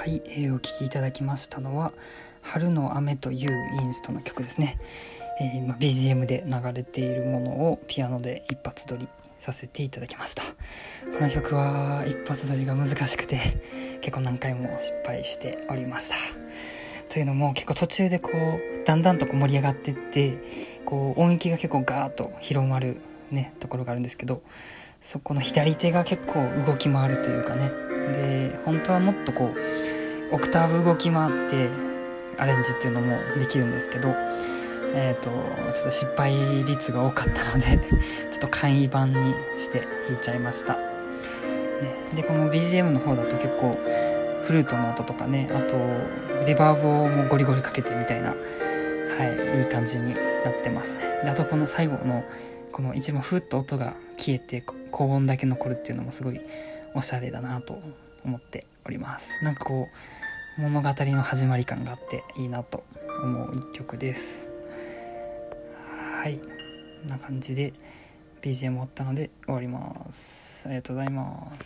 はい、お聴きいただきましたのは春の雨というインストの曲ですね。今 BGM で流れているものをピアノで一発撮りさせていただきました。この曲は一発撮りが難しくて結構何回も失敗しておりました。というのも結構途中でだんだんと盛り上がっていって音域が結構ガーッと広まるところがあるんですけど、そこの左手が結構動き回るというかね、で本当はもっとオクターブ動き回ってアレンジっていうのもできるんですけど、ちょっと失敗率が多かったのでちょっと簡易版にして弾いちゃいました、でこの BGM の方だと結構フルートの音とかね、あとリバーブをもうゴリゴリかけてみたいな、いい感じになってますね。であとこの最後のこの一番ふっと音が消えて高音だけ残るっていうのもすごいおしゃれだなと思っております。なんか物語の始まり感があっていいなと思う一曲です。はい、こんな感じで BGM 終わったので終わります。ありがとうございます。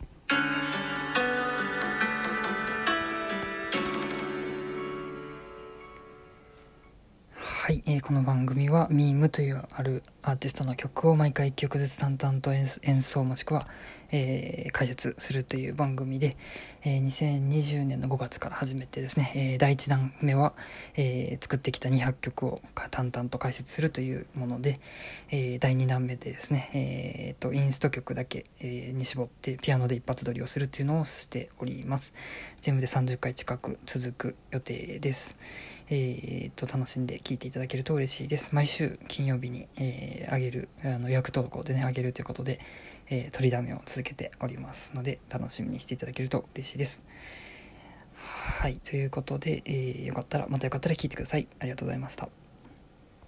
はい、この番組はミームというあるアーティストの曲を毎回1曲ずつ淡々と演奏もしくは、解説するという番組で、2020年の5月から始めてですね、第1弾目は、作ってきた200曲を淡々と解説するというもので、第2弾目でですね、インスト曲だけ、に絞ってピアノで一発撮りをするというのをしております。全部で30回近く続く予定です。楽しんで聴いていただけると嬉しいです。毎週金曜日に、あげる予約投稿でねあげるということで、取りだめを続けておりますので楽しみにしていただけると嬉しいです。はい、ということで、またよかったら聴いてください。ありがとうございました。